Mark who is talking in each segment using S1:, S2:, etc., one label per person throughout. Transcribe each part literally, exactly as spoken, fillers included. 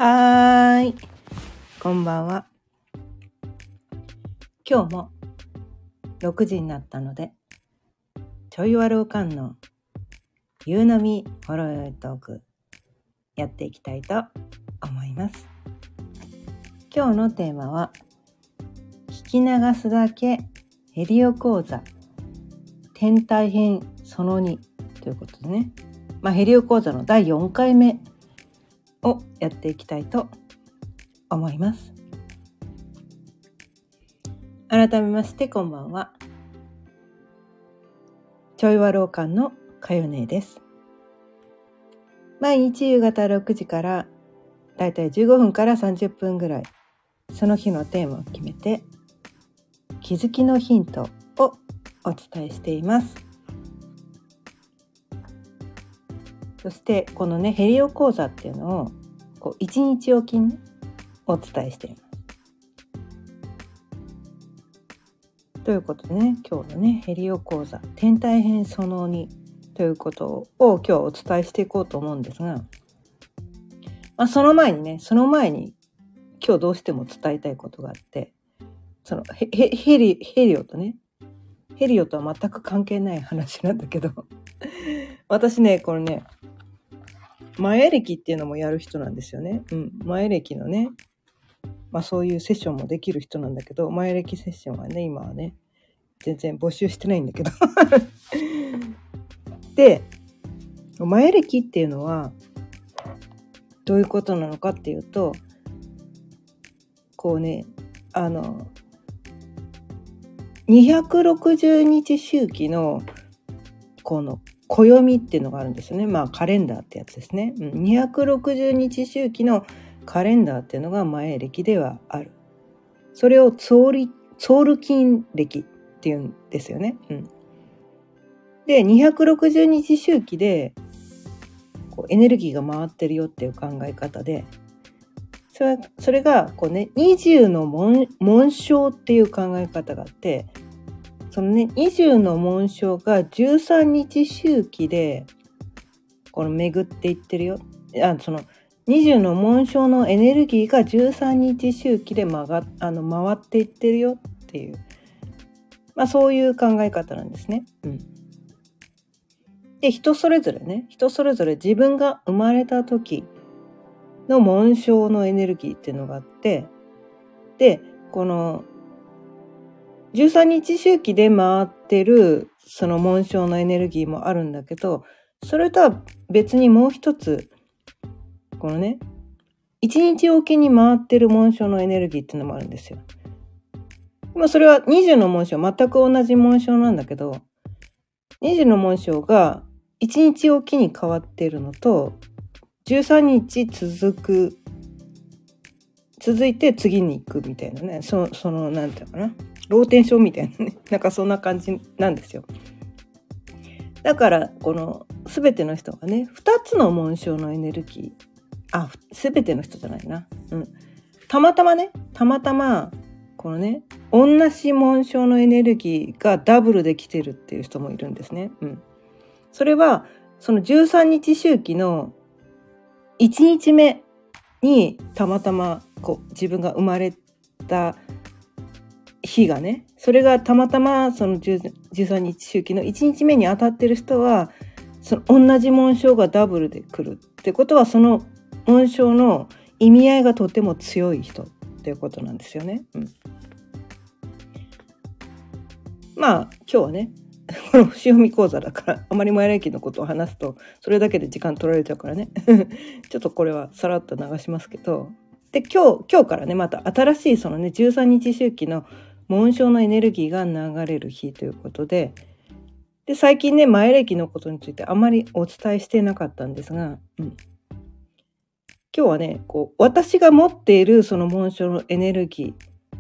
S1: はーい、こんばんは。今日もろくじになったので、ちょいわるおかんの夕飲みほろよいトークやっていきたいと思います。今日のテーマは聞き流すだけヘリオ講座天体編そのにということでね、まあ、ヘリオ講座のだいよんかいめをやっていきたいと思います。改めましてこんばんは。ちょいわるおかんのかよねです。毎日夕方ろくじからだいたいじゅうごふんからさんじゅっぷんぐらい、その日のテーマを決めて気づきのヒントをお伝えしています。そしてこのねヘリオ講座っていうのをこういちにちおきに、ね、お伝えしています。ということでね、今日のねヘリオ講座天体編そのにということを今日お伝えしていこうと思うんですが、まあ、その前にねその前に今日どうしても伝えたいことがあって、そのヘヘリヘリオとねヘリオとは全く関係ない話なんだけど私ねこれね前歴っていうのもやる人なんですよね。うん、前歴のね、まあそういうセッションもできる人なんだけど、前歴セッションはね今はね全然募集してないんだけどで、前歴っていうのはどういうことなのかっていうと、こうねあのにひゃくろくじゅうにち周期のこの暦っていうのがあるんですよね。まあカレンダーってやつですね。にひゃくろくじゅうにち周期のカレンダーっていうのが前歴ではある。それをツォール、ツォール金暦っていうんですよね。うん、でにひゃくろくじゅうにち周期でこうエネルギーが回ってるよっていう考え方で、それ、それがこうねにじゅうの紋章っていう考え方があって、そのねにじゅうの紋章がじゅうさんにち周期でこの巡っていってるよ。あそのにじゅうの紋章のエネルギーがじゅうさんにち周期で曲があの回っていってるよっていう、まあそういう考え方なんですね。うん。で人それぞれね人それぞれ自分が生まれた時の紋章のエネルギーっていうのがあって、でこのじゅうさんにち周期で回ってるその紋章のエネルギーもあるんだけど、それとは別にもう一つこのねいちにちおきに回ってる紋章のエネルギーっていうのもあるんですよ。まあそれはにじゅうの紋章全く同じ紋章なんだけど、にじゅうの紋章がいちにちおきに変わってるのとじゅうさんにち続く続いて次に行くみたいなね、そ, そのなんていうのかな、ローテンションみたいなね、なんかそんな感じなんですよ。だからこの全ての人がねふたつの紋章のエネルギー、あ全ての人じゃないな、うん、たまたまねたまたまこのね同じ紋章のエネルギーがダブルで来てるっていう人もいるんですね。うん、それはそのじゅうさんにち周期のいちにちめにたまたまこう自分が生まれた日がね、それがたまたまそのじゅうさんにち周期のいちにちめに当たってる人はその同じ紋章がダブルで来るってことは、その紋章の意味合いがとても強い人っていうことなんですよね。うん、まあ今日はねこの星読み講座だからあまり前歴のことを話すとそれだけで時間取られちゃうからねちょっとこれはさらっと流しますけど、で今日今日からねまた新しいそのねじゅうさんにち周期の紋章のエネルギーが流れる日ということで、で最近ね前歴のことについてあまりお伝えしてなかったんですが、うん、今日はねこう私が持っているその紋章のエネルギ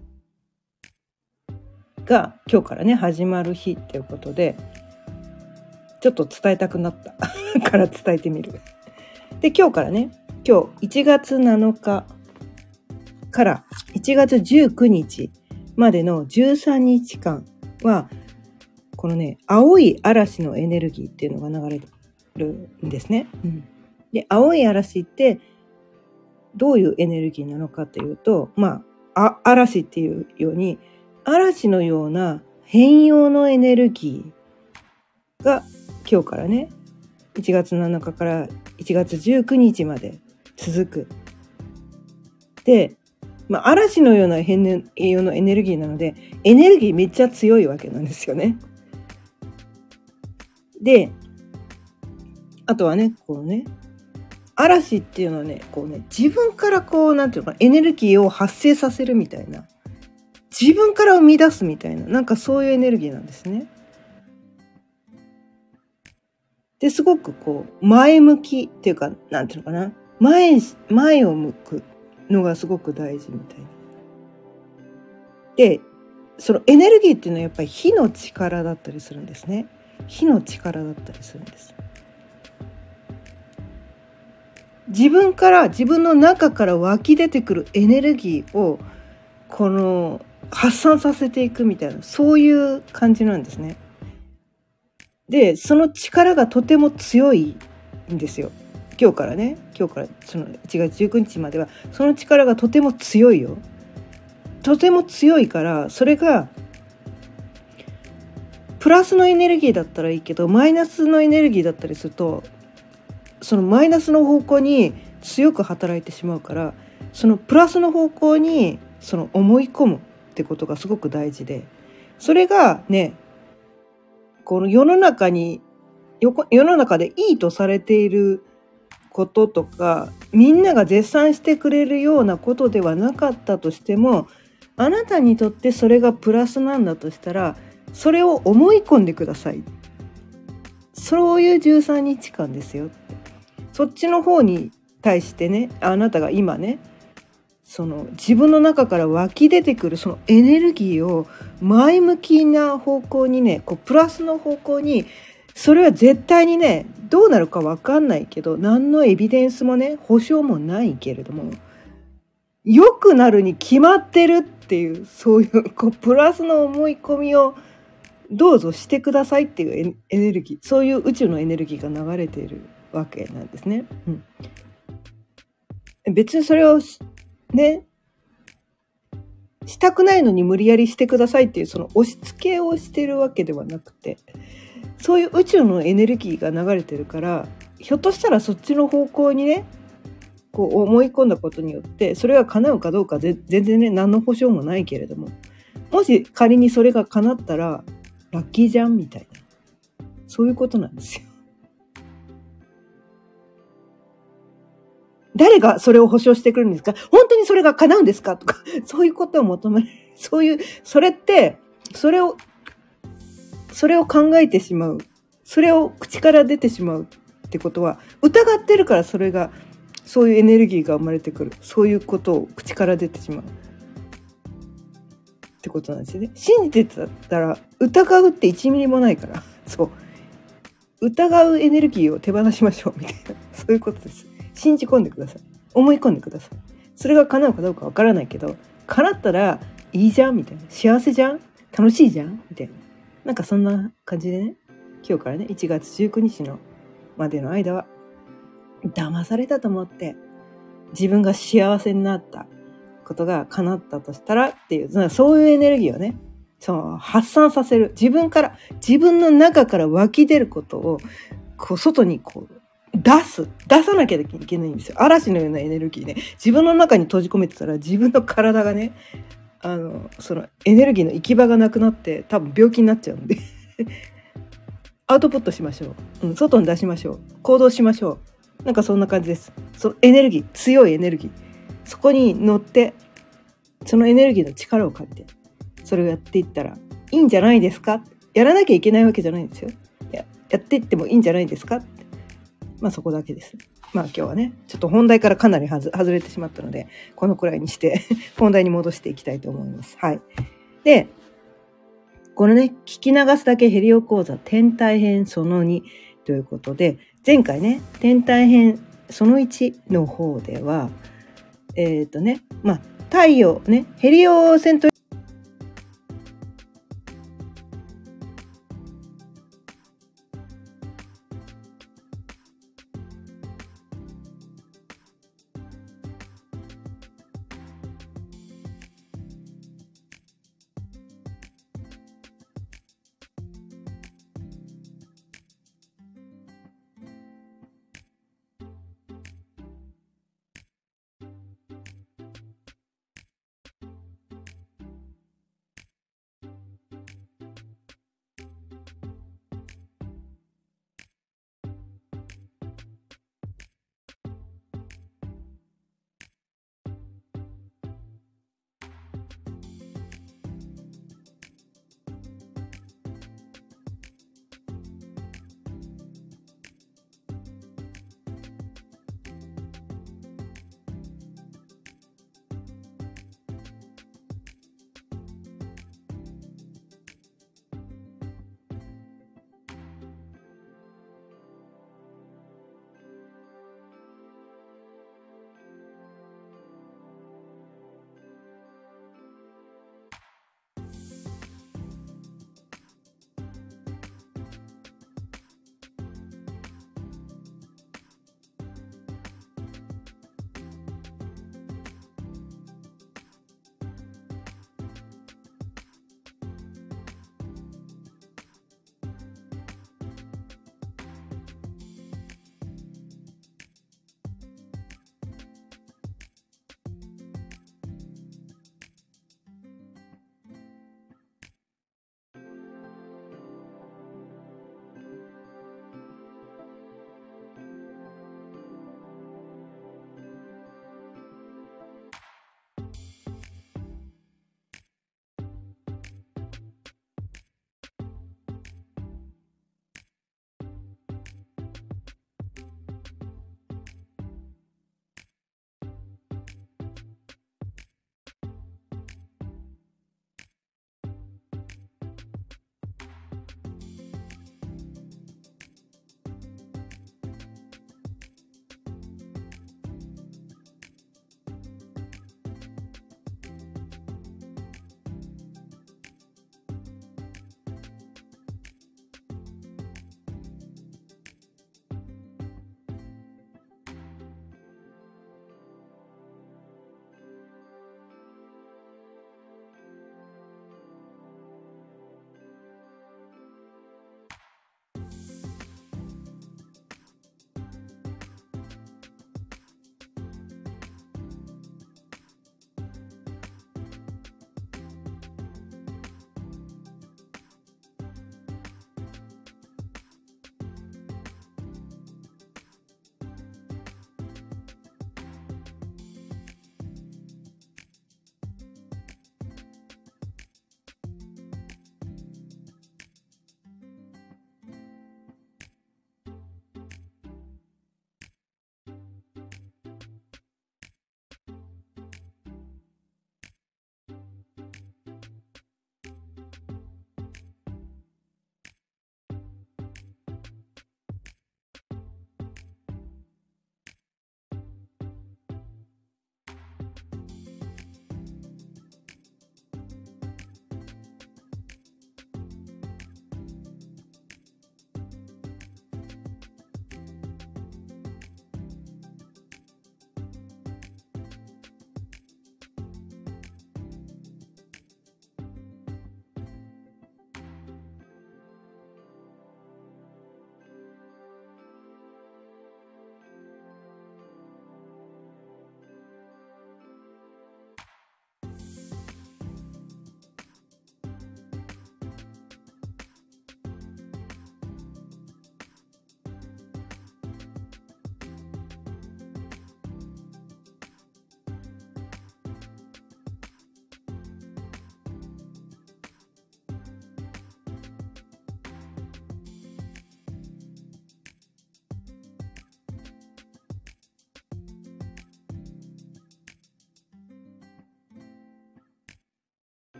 S1: ーが今日からね始まる日っていうことで、ちょっと伝えたくなったから伝えてみる。で今日からね今日いちがつなのかからいちがつじゅうくにちまでのじゅうさんにちかんはこのね青い嵐のエネルギーっていうのが流れるんですね。うん、で青い嵐ってどういうエネルギーなのかというと、まあ、あ嵐っていうように、嵐のような変容のエネルギーが今日からね、いちがつなのかからいちがつじゅうくにちまで続く。で、まあ、嵐のような変容のエネルギーなので、エネルギーめっちゃ強いわけなんですよね。で、あとはね、こうね、嵐っていうのはね、こうね、自分からこう、なんていうのかな、エネルギーを発生させるみたいな。自分から生み出すみたいな、なんかそういうエネルギーなんですね。で、すごくこう、前向きっていうか、なんていうのかな、前、前を向くのがすごく大事みたいな。で、そのエネルギーっていうのはやっぱり火の力だったりするんですね。火の力だったりするんです。自分から自分の中から湧き出てくるエネルギーをこの発散させていくみたいな、そういう感じなんですね。で、その力がとても強いんですよ。今日からね、今日からそのいちがつじゅうくにちまではその力がとても強いよ。とても強いから、それがプラスのエネルギーだったらいいけど、マイナスのエネルギーだったりすると、そのマイナスの方向に強く働いてしまうから、そのプラスの方向にその思い込むってことがすごく大事で、それがね、この世の中に世の中でいいとされていることとか、みんなが絶賛してくれるようなことではなかったとしても、あなたにとってそれがプラスなんだとしたら、それを思い込んでください。そういうじゅうさんにちかんですよ。そっちの方に対してね、あなたが今ね、その自分の中から湧き出てくるそのエネルギーを前向きな方向にね、こうプラスの方向に、それは絶対にね、どうなるか分かんないけど、何のエビデンスもね、保証もないけれども、良くなるに決まってるっていう、そういうこうプラスの思い込みをどうぞしてくださいっていうエネルギー、そういう宇宙のエネルギーが流れているわけなんですね。うん、別にそれをね、したくないのに無理やりしてくださいっていう、その押し付けをしてるわけではなくて、そういう宇宙のエネルギーが流れてるから、ひょっとしたらそっちの方向にね、こう思い込んだことによってそれが叶うかどうか全然ね、何の保証もないけれども、もし仮にそれが叶ったらラッキーじゃんみたいな、そういうことなんですよ。誰がそれを保証してくれるんですか？本当にそれが叶うんですか？とか、そういうことを求める。そういう、それって、それを、それを考えてしまう。それを口から出てしまうってことは、疑ってるからそれが、そういうエネルギーが生まれてくる。そういうことを口から出てしまう。ってことなんですよね。信じてたら、疑うっていちミリもないから。そう。疑うエネルギーを手放しましょう。みたいな。そういうことです。信じ込んでください。思い込んでください。それが叶うかどうかわからないけど、叶ったらいいじゃんみたいな。幸せじゃん？楽しいじゃんみたいな。なんかそんな感じでね、今日からね、いちがつじゅうくにちのまでの間は、騙されたと思って、自分が幸せになったことが叶ったとしたらっていう、そういうエネルギーをね、そう発散させる。自分から、自分の中から湧き出ることを、こう外にこう、出す。出さなきゃいけないんですよ。嵐のようなエネルギーね。自分の中に閉じ込めてたら自分の体がね、あの、そのエネルギーの行き場がなくなって多分病気になっちゃうんで。アウトプットしましょう、うん。外に出しましょう。行動しましょう。なんかそんな感じです。そのエネルギー、強いエネルギー。そこに乗って、そのエネルギーの力を借りて、それをやっていったらいいんじゃないですか？やらなきゃいけないわけじゃないんですよ。や、やっていってもいいんじゃないですか？まあそこだけです。まあ今日はね、ちょっと本題からかなりはず外れてしまったので、このくらいにして本題に戻していきたいと思います。はい。で、このね、聞き流すだけヘリオ講座天体編そのにということで、前回ね、天体編そのいちの方では、えっとね、まあ太陽ね、ヘリオセント